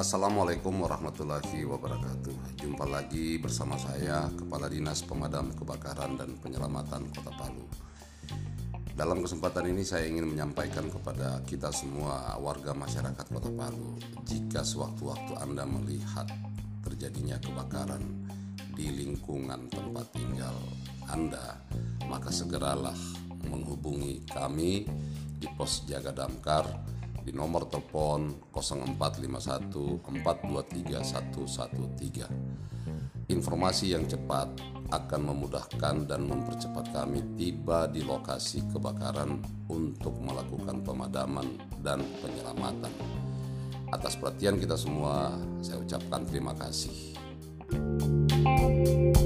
Assalamualaikum warahmatullahi wabarakatuh. Jumpa lagi bersama saya, Kepala Dinas Pemadam Kebakaran dan Penyelamatan Kota Palu. Dalam kesempatan ini saya ingin menyampaikan kepada kita semua warga masyarakat Kota Palu, jika sewaktu-waktu Anda melihat terjadinya kebakaran di lingkungan tempat tinggal Anda, maka segeralah menghubungi kami di Pos Jaga Damkar di nomor telepon 0451 423 113. Informasi yang cepat akan memudahkan dan mempercepat kami tiba di lokasi kebakaran untuk melakukan pemadaman dan penyelamatan. Atas perhatian kita semua, saya ucapkan terima kasih.